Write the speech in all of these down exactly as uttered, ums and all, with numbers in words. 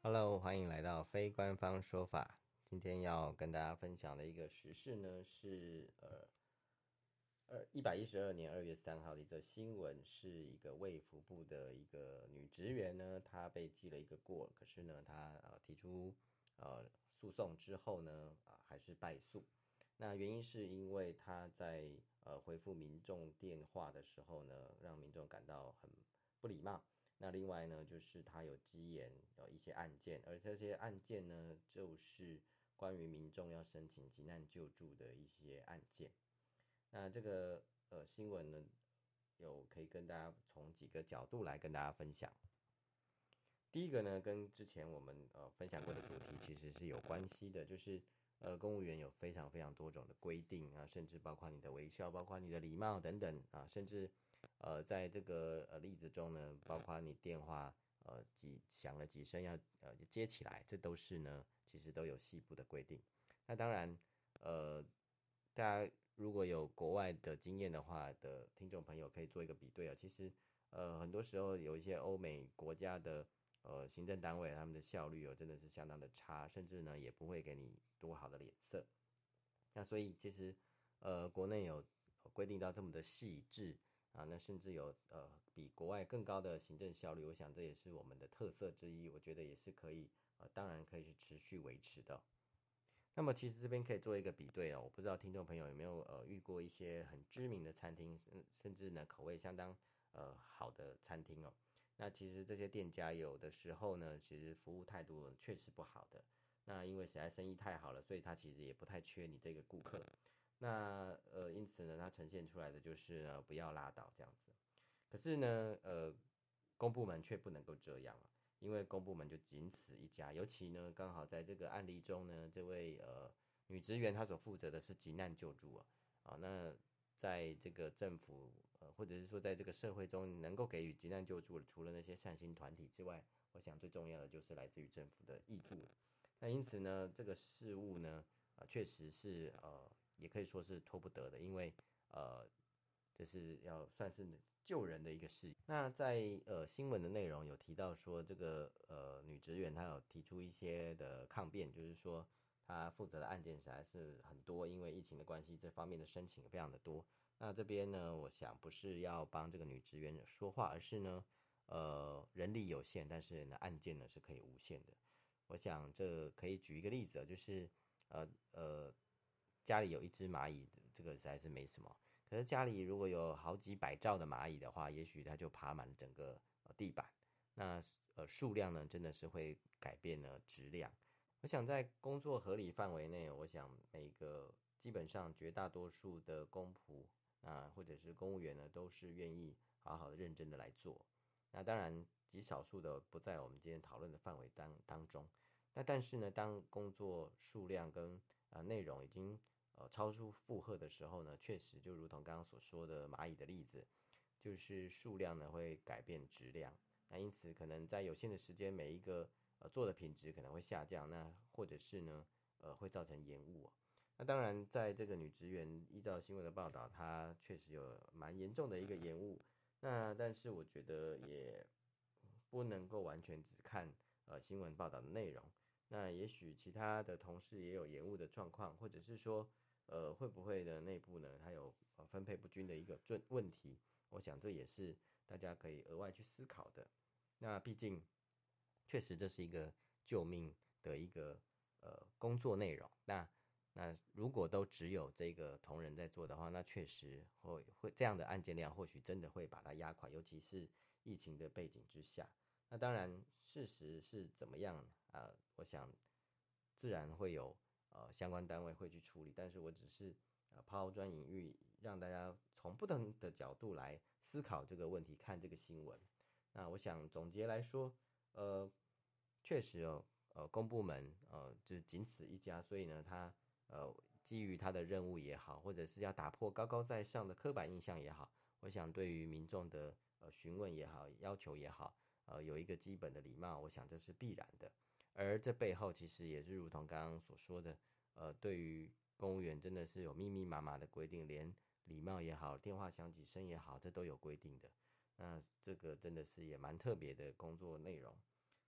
Hello，欢迎来到非官方说法。今天要跟大家分享的一个时事呢，是呃，二一百一十二年二月三号的一则新闻，是一个卫福部的一个女职员呢，她被记了一个过，可是呢，她呃提出呃诉讼之后呢，啊、还是败诉。那原因是因为她在呃回复民众电话的时候呢，让民众感到很不礼貌。那另外呢，就是他有积言有一些案件，而这些案件呢，就是关于民众要申请急难救助的一些案件。那这个呃新闻呢，有可以跟大家从几个角度来跟大家分享。第一个呢，跟之前我们呃分享过的主题其实是有关系的，就是呃公务员有非常非常多种的规定啊，甚至包括你的微笑，包括你的礼貌等等啊，甚至呃在这个呃例子中呢，包括你电话呃几响了几声要呃接起来，这都是呢其实都有细部的规定。那当然呃大家如果有国外的经验的话的听众朋友可以做一个比对啊，其实呃很多时候有一些欧美国家的呃，行政单位他们的效率哦真的是相当的差，甚至呢也不会给你多好的脸色。那所以其实呃国内有规定到这么的细致啊，那甚至有呃比国外更高的行政效率，我想这也是我们的特色之一，我觉得也是可以呃当然可以是持续维持的。那么其实这边可以做一个比对哦，我不知道听众朋友有没有呃遇过一些很知名的餐厅，甚甚至呢口味相当呃好的餐厅哦。那其实这些店家有的时候呢，其实服务态度确实不好的。那因为实在生意太好了，所以他其实也不太缺你这个顾客。那呃，因此呢，它呈现出来的就是呢，不要拉倒这样子。可是呢，呃，公部门却不能够这样啊，因为公部门就仅此一家。尤其呢，刚好在这个案例中呢，这位呃女职员她所负责的是急难救助啊，啊，那在这个政府呃，或者是说在这个社会中能够给予急难救助的，除了那些善心团体之外，我想最重要的就是来自于政府的挹注。那因此呢，这个事物呢，啊、呃，确实是呃，也可以说是拖不得的，因为呃，这是要算是救人的一个事。那在呃新闻的内容有提到说，这个呃女职员她有提出一些的抗辩，就是说她负责的案件实在是很多，因为疫情的关系，这方面的申请非常的多。那这边呢，我想不是要帮这个女职员说话，而是呢，呃，人力有限，但是呢，案件呢是可以无限的。我想这可以举一个例子啊，就是呃呃，家里有一只蚂蚁，这个实在是没什么。可是家里如果有好几百兆的蚂蚁的话，也许它就爬满整个呃地板。那呃数量呢，真的是会改变呢质量。我想在工作合理范围内，我想每个基本上绝大多数的公仆啊，或者是公务员呢，都是愿意好好的认真的来做。那当然，极少数的不在我们今天讨论的范围当当中。那但是呢，当工作数量跟呃内容已经呃超出负荷的时候呢，确实就如同刚刚所说的蚂蚁的例子，就是数量呢会改变质量。那因此可能在有限的时间，每一个呃做的品质可能会下降，那或者是呢呃会造成延误哦。那当然，在这个女职员依照新闻的报道，她确实有蛮严重的一个延误。那但是我觉得也不能够完全只看呃新闻报道的内容。那也许其他的同事也有延误的状况，或者是说呃会不会的内部呢，它有呃分配不均的一个问问题。我想这也是大家可以额外去思考的。那毕竟确实这是一个救命的一个呃工作内容。那那如果都只有这个同仁在做的话，那确实会会这样的案件量或许真的会把它压垮，尤其是疫情的背景之下。那当然，事实是怎么样啊、呃我想自然会有呃相关单位会去处理，但是我只是呃抛砖引玉，让大家从不同的角度来思考这个问题，看这个新闻。那我想总结来说，呃，确实哦，呃，公部门呃就仅此一家，所以呢，他呃基于他的任务也好，或者是要打破高高在上的刻板印象也好，我想对于民众的呃询问也好，要求也好，呃有一个基本的礼貌，我想这是必然的。而这背后其实也是如同刚刚所说的，呃，对于公务员真的是有密密麻麻的规定，连礼貌也好，电话响几声也好，这都有规定的。那这个真的是也蛮特别的工作内容。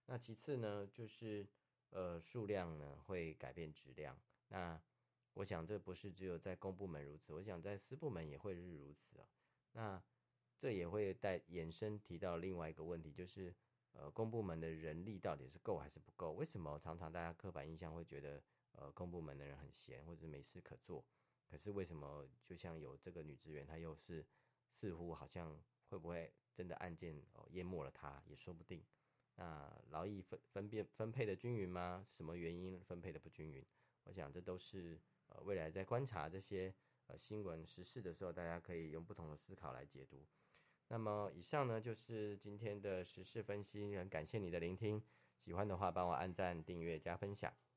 那其次呢，就是呃数量呢会改变质量。那我想这不是只有在公部门如此，我想在私部门也会是如此啊。那这也会带衍生提到另外一个问题，就是呃公部门的人力到底是够还是不够？为什么常常大家刻板印象会觉得呃公部门的人很闲或者没事可做？可是为什么就像有这个女职员，她又是似乎好像会不会真的案件哦淹没了她也说不定。那劳役分分辨分配的均匀吗？什么原因分配的不均匀？我想这都是呃未来在观察这些呃新闻时事的时候，大家可以用不同的思考来解读。那么以上呢就是今天的时事分析，很感谢你的聆听，喜欢的话帮我按赞、订阅、加分享。